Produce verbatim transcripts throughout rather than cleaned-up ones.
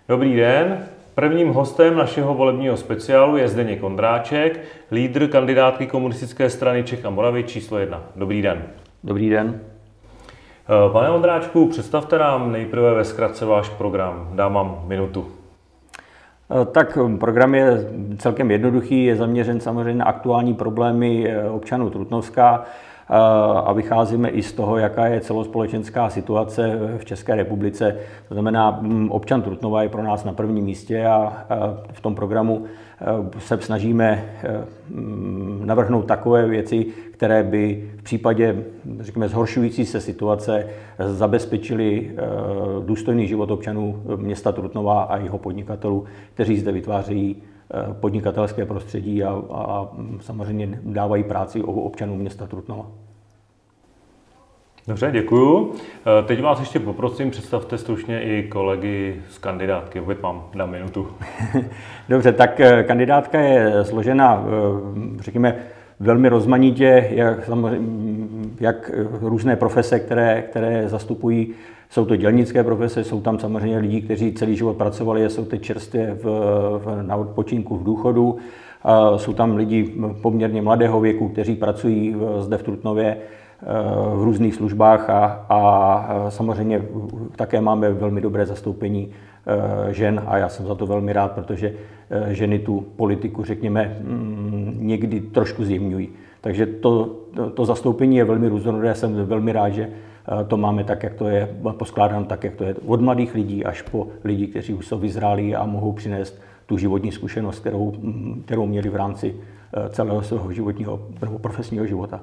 Dobrý den. Prvním hostem našeho volebního speciálu je Zdeněk Ondráček, lídr kandidátky Komunistické strany Čech a Moravy číslo jedna. Dobrý den. Dobrý den. Pane Ondráčku, představte nám nejprve ve zkratce váš program. Dám vám minutu. Tak program je celkem jednoduchý, je zaměřen samozřejmě na aktuální problémy občanů Trutnovska a vycházíme i z toho, jaká je celospolečenská situace v České republice. To znamená, občan Trutnova je pro nás na prvním místě a v tom programu se snažíme navrhnout takové věci, které by v případě, řekněme, zhoršující se situace zabezpečily důstojný život občanů města Trutnova a jeho podnikatelů, kteří zde vytvářejí podnikatelské prostředí a, a samozřejmě dávají práci občanům města Trutnova. Dobře, děkuju. Teď vás ještě poprosím, představte stručně i kolegy z kandidátky. Opět vám dám minutu. Dobře, tak kandidátka je složena, řekněme, velmi rozmanitě, jak, jak různé profese, které, které zastupují. Jsou to dělnické profese, jsou tam samozřejmě lidi, kteří celý život pracovali, jsou teď čerstvě v, v, na odpočinku v důchodu. Jsou tam lidi poměrně mladého věku, kteří pracují zde v Trutnově v různých službách a, a samozřejmě také máme velmi dobré zastoupení žen a já jsem za to velmi rád, protože ženy tu politiku, řekněme, někdy trošku zjemňují. Takže to, to, to zastoupení je velmi různorodé, jsem velmi rád, že to máme tak, jak to je, poskládáno tak, jak to je, od mladých lidí až po lidi, kteří už jsou vyzrálí a mohou přinést tu životní zkušenost, kterou, kterou měli v rámci celého svého životního nebo profesního života.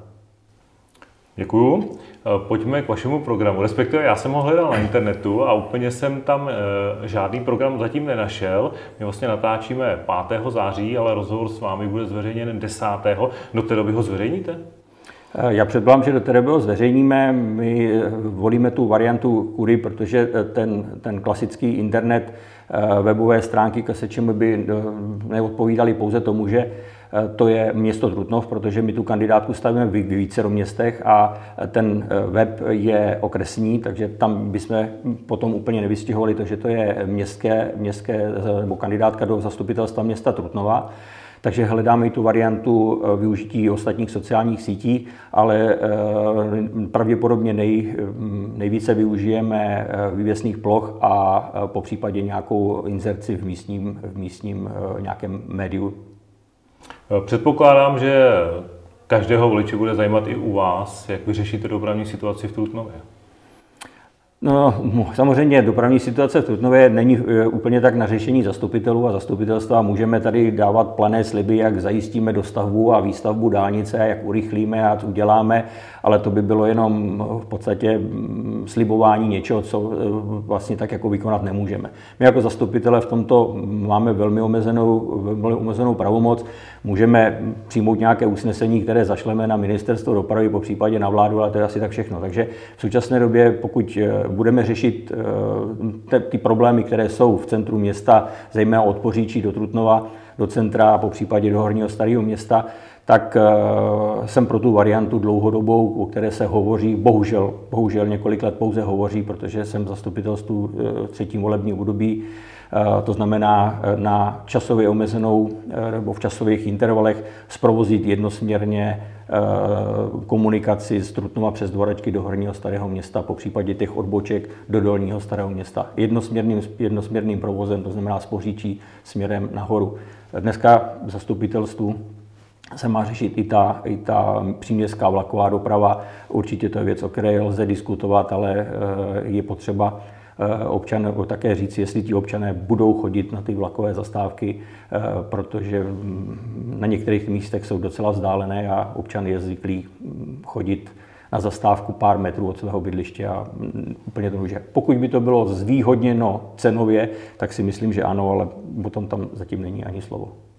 Děkuju. Pojďme k vašemu programu. Respektive já jsem ho hledal na internetu a úplně jsem tam žádný program zatím nenašel. My vlastně natáčíme pátého září, ale rozhovor s vámi bude zveřejněn desátého Do té doby ho zveřejníte? Já předpokládám, že do té doby ho zveřejníme. My volíme tu variantu kury, protože ten, ten klasický internet, webové stránky K S Č M by neodpovídaly pouze tomu, že to je město Trutnov, protože my tu kandidátku stavíme v vícero městech a ten web je okresní, takže tam bychom potom úplně nevystihovali to, že to je městské, městské nebo kandidátka do zastupitelstva města Trutnova. Takže hledáme i tu variantu využití ostatních sociálních sítí, ale pravděpodobně nej, nejvíce využijeme vývěsných ploch a popřípadě nějakou inzerci v místním, v místním nějakém médiu. Předpokládám, že každého voliče bude zajímat i u vás, jak vyřešíte dopravní situaci v Trutnově. No, samozřejmě dopravní situace v Trutnově není úplně tak na řešení zastupitelů a zastupitelstva. Můžeme tady dávat plané sliby, jak zajistíme dostavbu a výstavbu dálnice, jak urychlíme a co uděláme, ale to by bylo jenom v podstatě slibování něčeho, co vlastně tak jako vykonat nemůžeme. My jako zastupitelé v tomto máme velmi omezenou, velmi omezenou pravomoc. Můžeme přijmout nějaké usnesení, které zašleme na ministerstvo dopravy, po případě na vládu, ale to je asi tak všechno. Takže v současné době, pokud budeme řešit ty problémy, které jsou v centru města, zejména od Poříčí do Trutnova, do centra a po případě do Horního Starého Města, tak jsem pro tu variantu dlouhodobou, o které se hovoří, bohužel, bohužel několik let pouze hovoří, protože jsem v zastupitelstvu třetím volebním období. To znamená na časově omezenou nebo v časových intervalech zprovozit jednosměrně komunikaci z Trutnova přes Dvoračky do Horního Starého Města, po případě těch odboček do Dolního Starého Města. Jednosměrným, jednosměrným provozem, to znamená z Poříčí směrem nahoru. Dneska v zastupitelstvu se má řešit i ta, i ta příměstská vlaková doprava. Určitě to je věc, o které lze diskutovat, ale je potřeba občané také říct, jestli ti občané budou chodit na ty vlakové zastávky, protože na některých místech jsou docela vzdálené a občan je zvyklý chodit na zastávku pár metrů od svého bydliště a úplně to může. Pokud by to bylo zvýhodněno cenově, tak si myslím, že ano, ale potom tam zatím není ani slovo.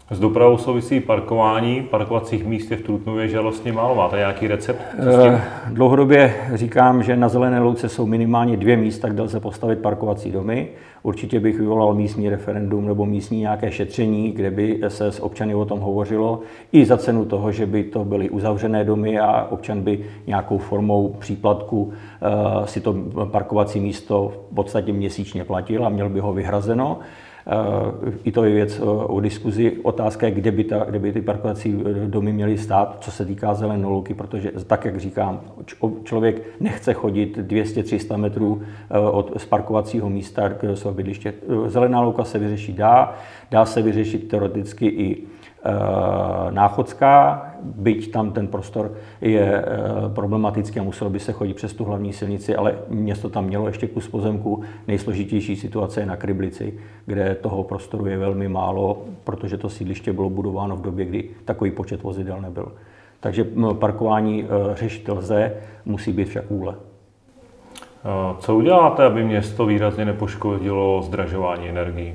S dopravou souvisí parkování, parkovacích míst je v Trutnově žalostně málo. Máte nějaký recept? Dlouhodobě říkám, že na Zelené louce jsou minimálně dvě místa, kde lze postavit parkovací domy. Určitě bych vyvolal místní referendum nebo místní nějaké šetření, kde by se s občany o tom hovořilo, i za cenu toho, že by to byly uzavřené domy a občan by nějakou formou příplatku si to parkovací místo v podstatě měsíčně platil a měl by ho vyhrazeno. I to je věc o diskuzi. Otázka je, kde by, ta, kde by ty parkovací domy měly stát, co se týká Zelené louky, protože tak, jak říkám, člověk nechce chodit dvě stě tři sta metrů od z parkovacího místa k svého bydliště. Zelená louka se vyřešit dá, dá se vyřešit teoreticky i Náchodská, byť tam ten prostor je problematický a muselo by se chodit přes tu hlavní silnici, ale město tam mělo ještě kus pozemku. Nejsložitější situace je na Kryblici, kde toho prostoru je velmi málo, protože to sídliště bylo budováno v době, kdy takový počet vozidel nebyl. Takže parkování řešit lze, musí být však vůle. Co uděláte, aby město výrazně nepoškodilo zdražování energií?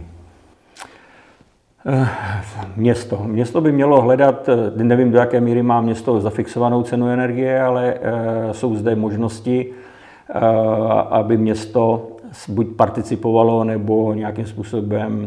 Město. Město by mělo hledat, nevím, do jaké míry má město zafixovanou cenu energie, ale jsou zde možnosti, aby město buď participovalo nebo nějakým způsobem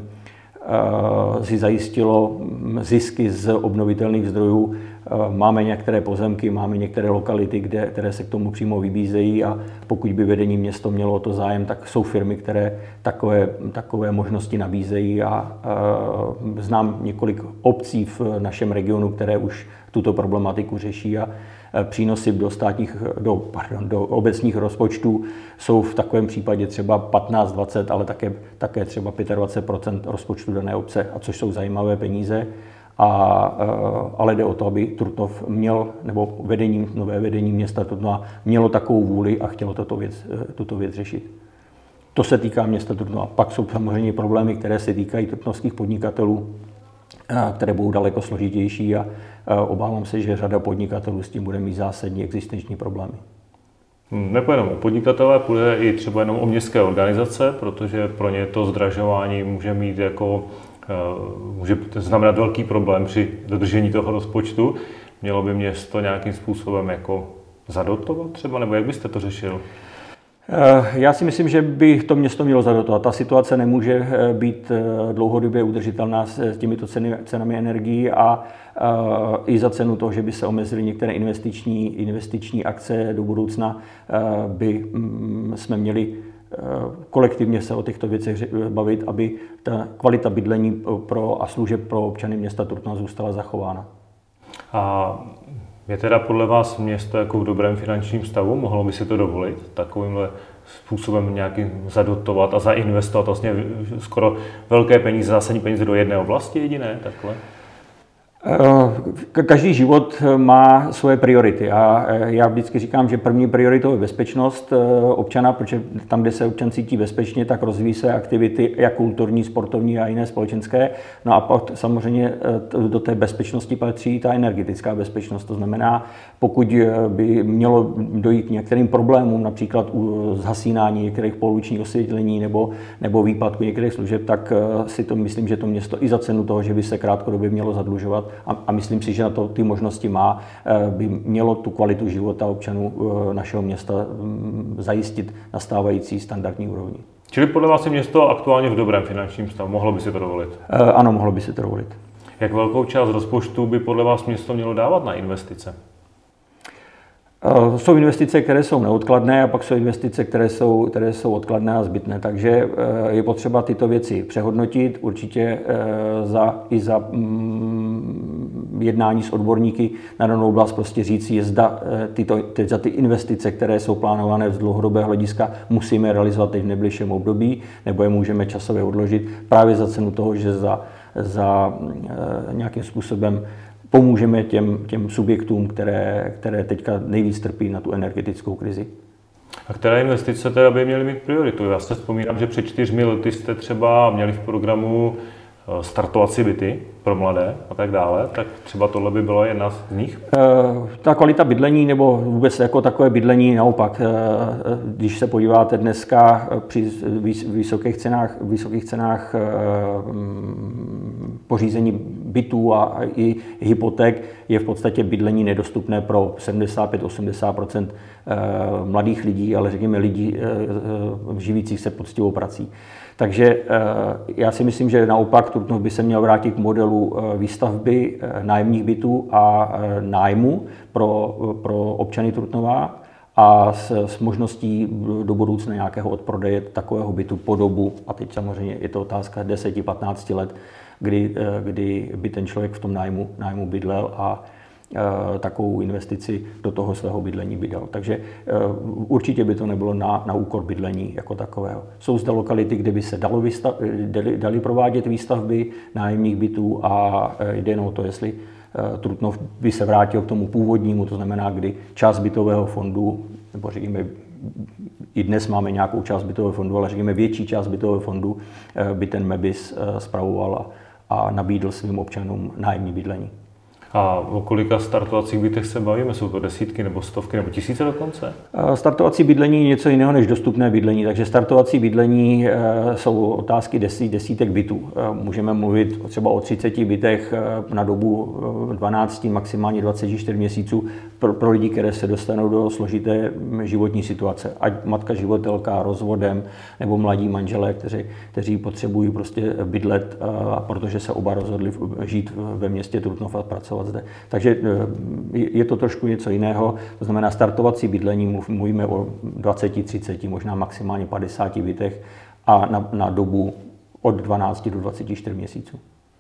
si zajistilo zisky z obnovitelných zdrojů. Máme některé pozemky, máme některé lokality, kde, které se k tomu přímo vybízejí a pokud by vedení město mělo o to zájem, tak jsou firmy, které takové, takové možnosti nabízejí a, a znám několik obcí v našem regionu, které už tuto problematiku řeší a přínosy do státních, do, pardon, do obecních rozpočtů jsou v takovém případě třeba patnáct dvacet, ale také, také třeba dvacet pět procent rozpočtu dané obce, a což jsou zajímavé peníze. A, ale jde o to, aby Trutnov měl, nebo vedení, nové vedení města Trutnova mělo takovou vůli a chtělo tuto věc, tuto věc řešit. To se týká města Trutnova. Pak jsou samozřejmě problémy, které se týkají trutnovských podnikatelů, které budou daleko složitější a obávám se, že řada podnikatelů s tím bude mít zásadní existenční problémy. Nepůjde jenom o podnikatele, půjde i třeba jenom o městské organizace, protože pro ně to zdražování může mít jako může znamenat velký problém při dodržení toho rozpočtu. Mělo by město nějakým způsobem jako zadotovat třeba, nebo jak byste to řešil? Já si myslím, že by to město mělo zadotovat. Ta situace nemůže být dlouhodobě udržitelná s těmito ceny, cenami energií a i za cenu toho, že by se omezily některé investiční, investiční akce do budoucna, by jsme měli kolektivně se o těchto věcech bavit, aby ta kvalita bydlení pro a služeb pro občany města Trutnova zůstala zachována. A je teda podle vás město jako v dobrém finančním stavu? Mohlo by si to dovolit takovýmhle způsobem nějakým zadotovat a zainvestovat vlastně skoro velké peníze, zásadní peníze do jedné oblasti jediné takhle? Každý život má svoje priority a já vždycky říkám, že první prioritou je bezpečnost občana, protože tam, kde se občan cítí bezpečně, tak rozvíjí se aktivity jak kulturní, sportovní a jiné společenské. No a pak samozřejmě do té bezpečnosti patří ta energetická bezpečnost. To znamená, pokud by mělo dojít k některým problémům, například u zhasínání některých polučních osvětlení nebo, nebo výpadku některých služeb, tak si to myslím, že to město i za cenu toho, že by se krátkodobě mělo zadlužovat, A, a myslím si, že na to ty možnosti má, by mělo tu kvalitu života občanů našeho města zajistit na stávající standardní úrovni. Čili podle vás je město aktuálně v dobrém finančním stavu? Mohlo by si to dovolit? Ano, mohlo by si to dovolit. Jak velkou část rozpočtu by podle vás město mělo dávat na investice? Jsou investice, které jsou neodkladné a pak jsou investice, které jsou, které jsou odkladné a zbytné. Takže je potřeba tyto věci přehodnotit. Určitě za, i za mm, jednání s odborníky na danou oblast prostě říci, zda tyto, ty, za ty investice, které jsou plánované z dlouhodobého hlediska, musíme realizovat teď v nejbližším období, nebo je můžeme časově odložit právě za cenu toho, že za, za nějakým způsobem pomůžeme těm, těm subjektům, které, které teďka nejvíc trpí na tu energetickou krizi. A které investice teda by měly mít prioritu? Já si vzpomínám, že před čtyřmi lety jste třeba měli v programu startovací byty pro mladé a tak dále, tak třeba tohle by byla jedna z nich? Ta kvalita bydlení nebo vůbec jako takové bydlení naopak, když se podíváte dneska při vysokých cenách, vysokých cenách pořízení bytů a i hypoték je v podstatě bydlení nedostupné pro sedmdesát pět až osmdesát procent mladých lidí, ale řekněme lidí živících se poctivou prací. Takže já si myslím, že naopak Trutnov by se měl vrátit k modelu výstavby nájemních bytů a nájmu pro, pro občany Trutnova a s, s možností do budoucna nějakého odprodeje takového bytu po dobu, a teď samozřejmě je to otázka deset až patnáct let, kdy, kdy by ten člověk v tom nájmu, nájmu bydlel a takovou investici do toho svého bydlení by dal. Takže určitě by to nebylo na, na úkor bydlení jako takového. Jsou zde lokality, kde by se dalo výstav, dali, dali provádět výstavby nájemních bytů a jde jen o to, jestli Trutnov by se vrátil k tomu původnímu, to znamená, kdy část bytového fondu, nebo řekněme, i dnes máme nějakou část bytového fondu, ale řekněme větší část bytového fondu by ten MEBIS spravoval a nabídl svým občanům nájemní bydlení. A o kolika startovacích bytech se bavíme? Jsou to desítky nebo stovky nebo tisíce dokonce? Startovací bydlení je něco jiného než dostupné bydlení, takže startovací bydlení jsou otázky desít, desítek bytů. Můžeme mluvit třeba o třiceti bytech na dobu dvanáct, maximálně dvacet čtyři měsíců pro, pro lidi, které se dostanou do složité životní situace. Ať matka životelka rozvodem nebo mladí manželé, kteří, kteří potřebují prostě bydlet, protože se oba rozhodli žít ve městě Trutnov a pracovat zde. Takže je to trošku něco jiného, to znamená startovací bydlení, mluvíme o dvaceti, třiceti, možná maximálně padesáti bytech a na, na dobu od dvanácti do dvaceti čtyř měsíců.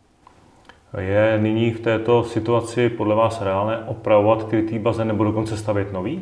Je nyní v této situaci podle vás reálné opravovat krytý bazén nebo dokonce stavět nový?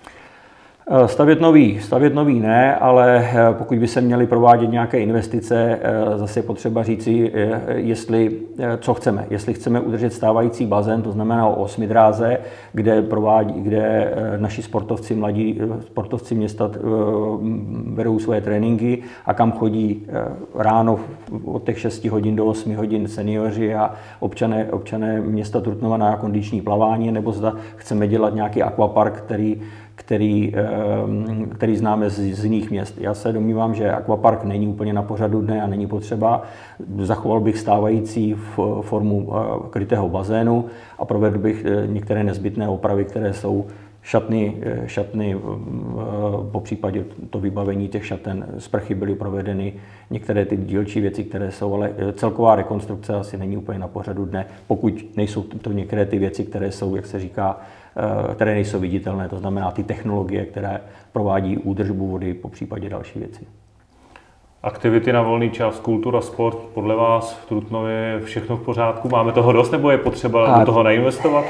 Stavět nový, stavět nový ne, ale pokud by se měly provádět nějaké investice, zase je potřeba říci, jestli, co chceme. Jestli chceme udržet stávající bazén, to znamená o osmidráze, kde, provádí, kde naši sportovci, mladí sportovci města vedou svoje tréninky a kam chodí ráno od těch šesti hodin do osmi hodin seniori a občané, občané města Trutnova na kondiční plavání, nebo zda chceme dělat nějaký akvapark, který Který, který známe z, z jiných měst. Já se domnívám, že akvapark není úplně na pořadu dne a není potřeba. Zachoval bych stávající formu krytého bazénu a provedl bych některé nezbytné opravy, které jsou šatny, šatny po případě to vybavení těch šaten, sprchy byly provedeny, některé ty dílčí věci, které jsou, ale celková rekonstrukce asi není úplně na pořadu dne, pokud nejsou to některé ty věci, které jsou, jak se říká, které nejsou viditelné, to znamená ty technologie, které provádí údržbu vody, po případě další věci. Aktivity na volný čas, kultura, sport, podle vás v Trutnově všechno v pořádku? Máme toho dost, nebo je potřeba A, do toho nainvestovat?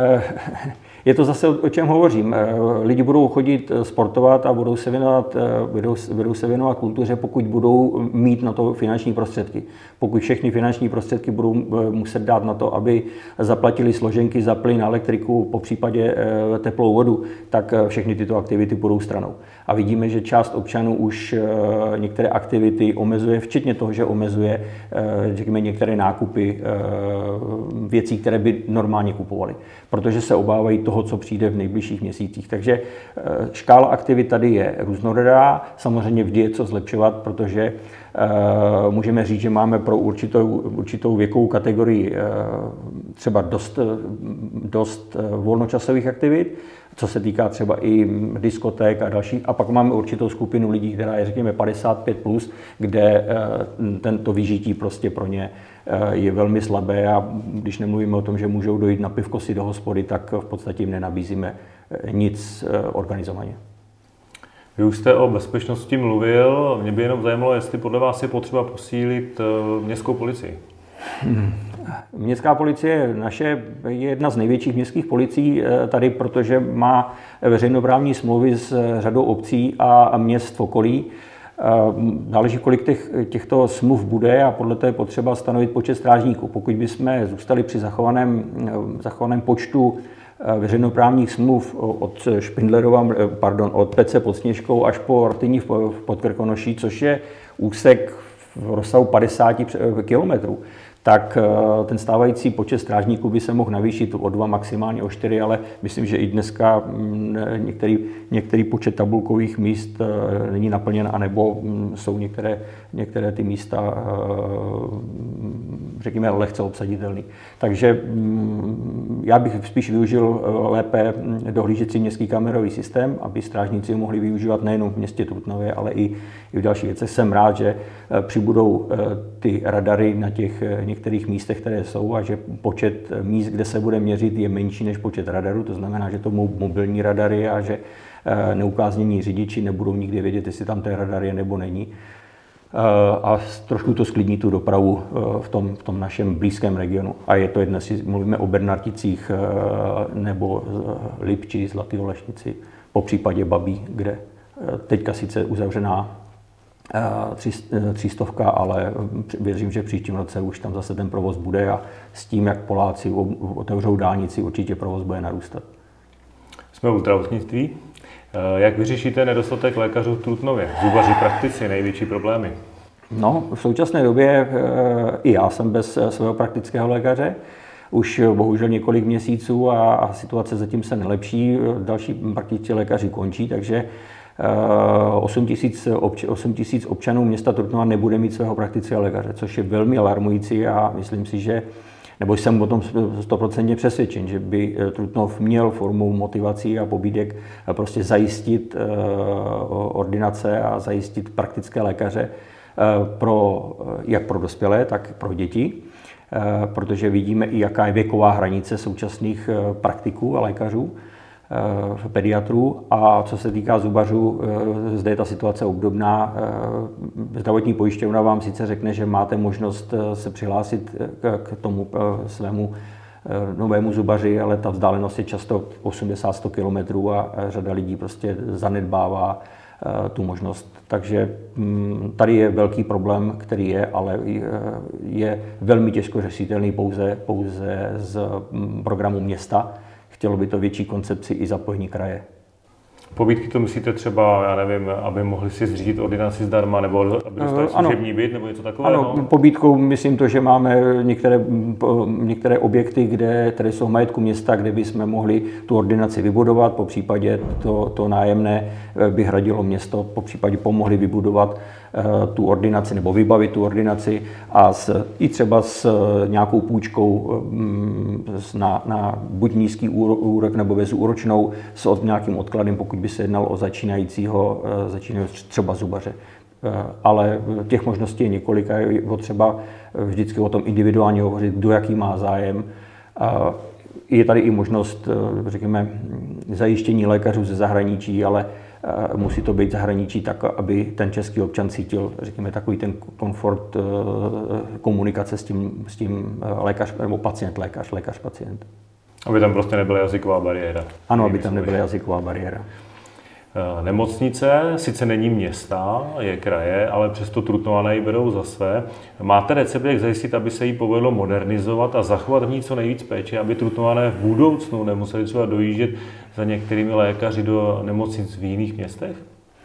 Je to zase, o čem hovořím. Lidi budou chodit sportovat a budou se věnovat, budou, budou se věnovat kultuře, pokud budou mít na to finanční prostředky. Pokud všechny finanční prostředky budou muset dát na to, aby zaplatili složenky za plyn, elektriku, po případě teplou vodu, tak všechny tyto aktivity budou stranou. A vidíme, že část občanů už některé aktivity omezuje, včetně toho, že omezuje, řekněme, některé nákupy věcí, které by normálně kupovali, protože se obávají toho, co přijde v nejbližších měsících. Takže škála aktivit tady je různorodá, samozřejmě vždy je co zlepšovat, protože můžeme říct, že máme pro určitou, určitou věkovou kategorii třeba dost, dost volnočasových aktivit, co se týká třeba i diskoték a dalších. A pak máme určitou skupinu lidí, která je, řekněme, padesát pět plus, kde tento vyžití prostě pro ně je velmi slabé a když nemluvíme o tom, že můžou dojít na pivko si do hospody, tak v podstatě jim nenabízíme nic organizovaně. Vy už jste o bezpečnosti mluvil, mě by jenom zajímalo, jestli podle vás je potřeba posílit městskou policii. Hmm. Městská policie naše je jedna z největších městských policií tady, protože má veřejnoprávní smlouvy s řadou obcí a měst v okolí. Záleží, kolik těch, těchto smluv bude a podle toho je potřeba stanovit počet strážníků. Pokud bychom zůstali při zachovaném, zachovaném počtu veřejnoprávních smluv od Špindlerova, pardon, od Pece pod Sněžkou až po Rtyni v Podkrkonoší, což je úsek v rozsahu padesát kilometrů, tak ten stávající počet strážníků by se mohl navýšit o dva, maximálně o čtyři, ale myslím, že i dneska některý, některý počet tabulkových míst není naplněn, anebo jsou některé, některé ty místa, řekněme, lehce obsaditelné. Takže já bych spíš využil lépe dohlížecí městský kamerový systém, aby strážníci ho mohli využívat nejen v městě Trutnově, ale i, i v dalších věcech. Jsem rád, že přibudou ty radary na těch některých místech, které jsou, a že počet míst, kde se bude měřit, je menší než počet radarů. To znamená, že to budou mobilní radary a že neukáznění řidiči nebudou nikdy vědět, jestli tam ten radar je nebo není. A trošku to sklidní tu dopravu v tom, v tom našem blízkém regionu. A je to jedno, jestli mluvíme o Bernarticích nebo Lipči, Zlatý Olešnici, po případě Babí, kde teďka sice uzavřená třístovka, ale věřím, že v příštím roce už tam zase ten provoz bude a s tím, jak Poláci otevřou dálnici, určitě provoz bude narůstat. Jsme u zdravotnictví. Jak vyřešíte nedostatek lékařů v Trutnově? Zubaři, praktici, největší problémy? No, v současné době i já jsem bez svého praktického lékaře. Už bohužel několik měsíců a, a situace zatím se nelepší. Další praktičtí lékaři končí, takže osm tisíc občanů města Trutnova nebude mít svého praktického lékaře, což je velmi alarmující a myslím si, že nebo jsem o tom stoprocentně přesvědčen, že by Trutnov měl formou motivací a pobídek prostě zajistit ordinace a zajistit praktické lékaře pro, jak pro dospělé, tak pro děti, protože vidíme i, jaká je věková hranice současných praktiků a lékařů, pediatrů. A co se týká zubařů, zde je ta situace obdobná. Zdravotní pojišťovna vám sice řekne, že máte možnost se přihlásit k tomu svému novému zubaři, ale ta vzdálenost je často osmdesát až sto kilometrů a řada lidí prostě zanedbává tu možnost. Takže tady je velký problém, který je, ale je velmi těžko řešitelný pouze, pouze z programu města. Chtělo by to větší koncepci i zapojení kraje. Pobídky to myslíte třeba, já nevím, aby mohli si zřídit ordinaci zdarma, nebo aby dostali služební byt, nebo něco takového? Ano, pobídkou myslím to, že máme některé, některé objekty, kde, které jsou v majetku města, kde bychom mohli tu ordinaci vybudovat, po případě to, to nájemné by hradilo město, po případě pomohli vybudovat tu ordinaci nebo vybavit tu ordinaci a s, i třeba s nějakou půjčkou na, na buď nízký úrok nebo bezúročnou s od nějakým odkladem, pokud by se jednalo o začínajícího, začínajícího třeba zubaře. Ale těch možností je několik a je potřeba vždycky o tom individuálně hovořit, kdo jaký má zájem. Je tady i možnost, řekněme, zajištění lékařů ze zahraničí, ale musí to být zahraničí tak, aby ten český občan cítil, řekněme, takový ten komfort komunikace s tím, s tím lékař nebo pacient, lékař, lékař, pacient. Aby tam prostě nebyla jazyková bariéra. Ano, aby tam nebyla jazyková bariéra. Nemocnice sice není města, je kraje, ale přesto Trutnované ji berou za své. Máte recept, jak zajistit, aby se jí povedlo modernizovat a zachovat v ní co nejvíc péče, aby Trutnované v budoucnu nemuseli třeba dojíždět za některými lékaři do nemocnic v jiných městech?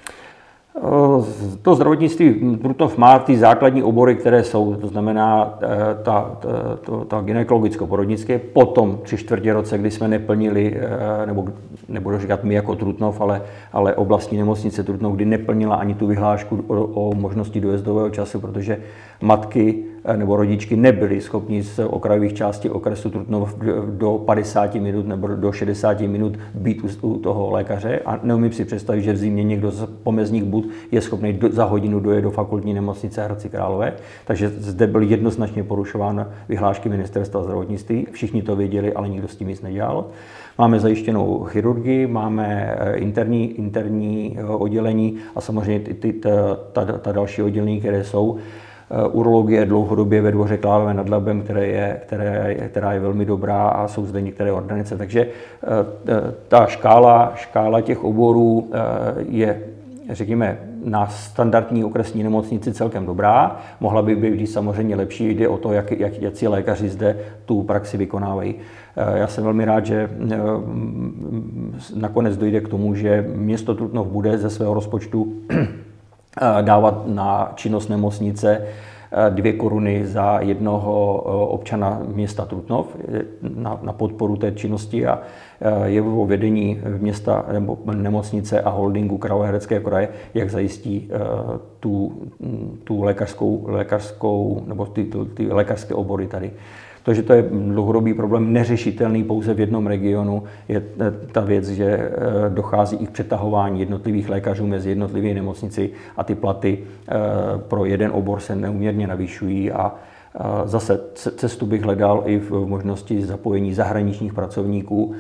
To zdravotnictví Trutnov má ty základní obory, které jsou, to znamená ta, ta, ta gynekologicko-porodnické, potom tři čtvrtě roce, kdy jsme neplnili, nebo nebudu říkat my jako Trutnov, ale, ale oblastní nemocnice Trutnov, kdy neplnila ani tu vyhlášku o, o možnosti dojezdového času, protože matky nebo rodičky nebyli schopni z okrajových částí okresu Trutnov do padesáti minut nebo do šedesáti minut být u toho lékaře a neumím si představit, že v zimě někdo z pomezních bud je schopný do, za hodinu dojet do fakultní nemocnice Hradci Králové, takže zde byly jednoznačně porušovány vyhlášky Ministerstva zdravotnictví, všichni to věděli, ale nikdo s tím nic nedělal. Máme zajištěnou chirurgii, máme interní, interní oddělení a samozřejmě ty, ty, ta, ta, ta další oddělení, které jsou. Urologie dlouhodobě ve Dvoře Králové nad Labem, které je, které, která je velmi dobrá a jsou zde některé ordinace. Takže ta škála, škála těch oborů je, řekněme, na standardní okresní nemocnici celkem dobrá. Mohla by být samozřejmě lepší, jde o to, jak, jak, jací lékaři zde tu praxi vykonávají. Já jsem velmi rád, že nakonec dojde k tomu, že město Trutnov bude ze svého rozpočtu dávat na činnost nemocnice dvě koruny za jednoho občana města Trutnov na, na podporu té činnosti a je vo vedení města nebo nemocnice a holdingu Královéhradeckého kraje, jak zajistí tu, tu lékařskou, lékařskou nebo ty, ty lékařské obory tady. To, že to je dlouhodobý problém, neřešitelný pouze v jednom regionu, je ta věc, že dochází i k přetahování jednotlivých lékařů mezi jednotlivými nemocnici a ty platy pro jeden obor se neúměrně navyšují a zase cestu bych hledal i v možnosti zapojení zahraničních pracovníků,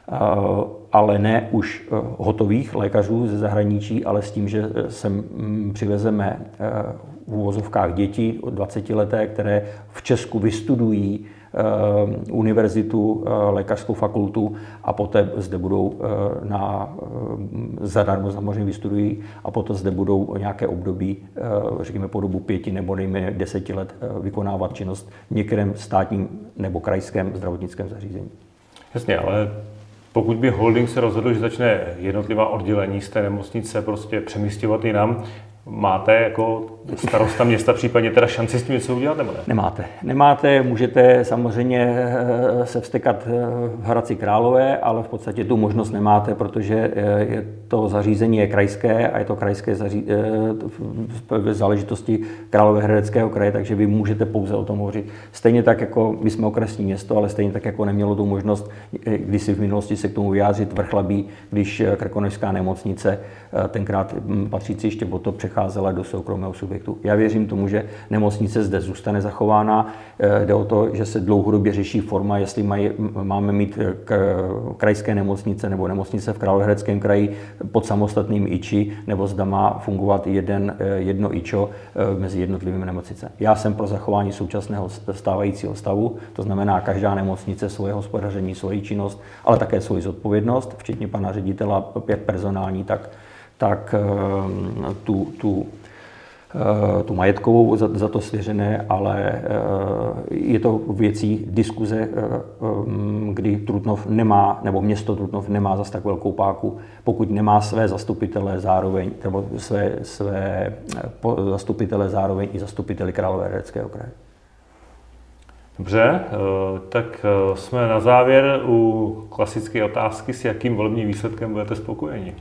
ale ne už hotových lékařů ze zahraničí, ale s tím, že sem přivezeme v uvozovkách děti od dvacetileté, které v Česku vystudují univerzitu, lékařskou fakultu a poté zde budou na, zadarmo samozřejmě vystudují a potom zde budou nějaké období, řekněme po dobu pěti nebo nejméně deseti let vykonávat činnost v některém státním nebo krajském zdravotnickém zařízení. Jasně, ale pokud by holding se rozhodl, že začne jednotlivá oddělení z té nemocnice prostě přemístěvat jinam, máte jako starosta města případně teda šanci s tím něco udělat, nebo ne? Nemáte. Nemáte, můžete samozřejmě se vztekat v Hradci Králové, ale v podstatě tu možnost nemáte, protože je to zařízení je krajské a je to krajské zaří... v záležitosti Královéhradeckého kraje, takže vy můžete pouze o tom hovořit. Stejně tak, jako my jsme okresní město, ale stejně tak, jako nemělo tu možnost, když si v minulosti se k tomu vyjádřit Vrchlabí, když Krkonošská nemocnice, tenkrát patřící ještě o to, přecházela do soukromého subjektu. Já věřím tomu, že nemocnice zde zůstane zachována. Jde o to, že se dlouhodobě řeší forma, jestli mají, máme mít krajské nemocnice nebo nemocnice v Královéhradeckém kraji pod samostatným I Č I, nebo zda má fungovat jeden, jedno I Č O mezi jednotlivými nemocnice. Já jsem pro zachování současného stávajícího stavu, to znamená každá nemocnice svoje hospodaření, svoji činnost, ale také svoji zodpovědnost, včetně pana ředitele, jak personální, tak tak tu, tu, tu majetkovou za, za to svěřené, ale je to věcí diskuze, kdy Trutnov nemá, nebo město Trutnov nemá zas tak velkou páku, pokud nemá své zastupitele zároveň, nebo své, své zastupitele zároveň i zastupiteli Královéhradeckého kraje. Dobře, tak jsme na závěr u klasické otázky, s jakým volebním výsledkem budete spokojeni?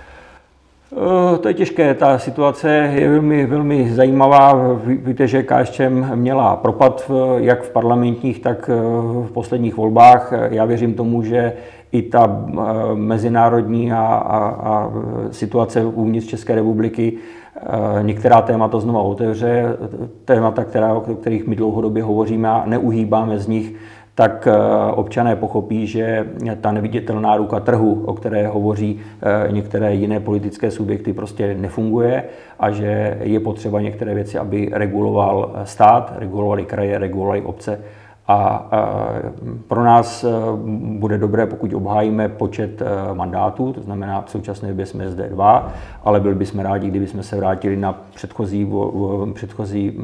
To je těžké, ta situace je velmi, velmi zajímavá. Víte, že K S Č M měla propad jak v parlamentních, tak v posledních volbách. Já věřím tomu, že i ta mezinárodní a, a, a situace uvnitř České republiky některá témata znovu otevře, témata, která, o kterých my dlouhodobě hovoříme a neuhýbáme z nich, tak občané pochopí, že ta neviditelná ruka trhu, o které hovoří některé jiné politické subjekty, prostě nefunguje a že je potřeba některé věci, aby reguloval stát, regulovali kraje, regulovali obce. A pro nás bude dobré, pokud obhájíme počet mandátů, to znamená v současné době jsme zde dva, ale byli bychom rádi, kdyby jsme se vrátili na předchozí, předchozí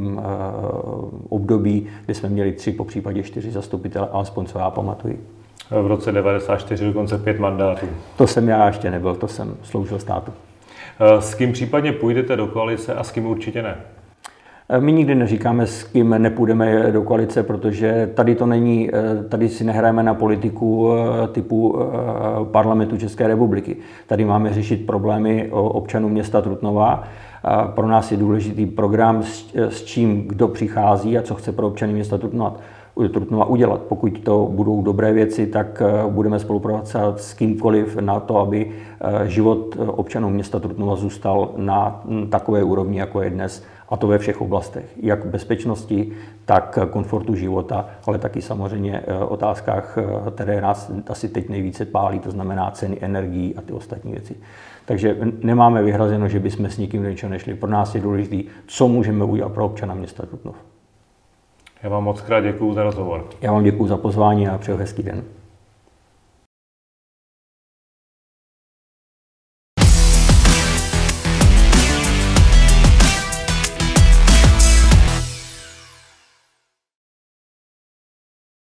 období, kdy jsme měli tři, po případě čtyři zastupitele, alespoň co já pamatuji. V roce devadesát čtyři dokonce pět mandátů. To jsem já ještě nebyl, to jsem sloužil státu. S kým případně půjdete do koalice a s kým určitě ne? My nikdy neříkáme, s kým nepůjdeme do koalice, protože tady to není, tady si nehrajeme na politiku typu parlamentu České republiky. Tady máme řešit problémy občanů města Trutnova. Pro nás je důležitý program, s čím kdo přichází a co chce pro občany města Trutnova. Trutnova udělat. Pokud to budou dobré věci, tak budeme spolupracovat s kýmkoliv na to, aby život občanů města Trutnova zůstal na takové úrovni, jako je dnes, a to ve všech oblastech, jak bezpečnosti, tak komfortu života, ale taky samozřejmě otázkách, které nás asi teď nejvíce pálí, to znamená ceny energií a ty ostatní věci. Takže nemáme vyhrazeno, že bychom s nikým do ničeho nešli. Pro nás je důležité, co můžeme udělat pro občana města Trutnov. Já vám moc krát děkuju za rozhovor. Já vám děkuju za pozvání a přeju hezký den.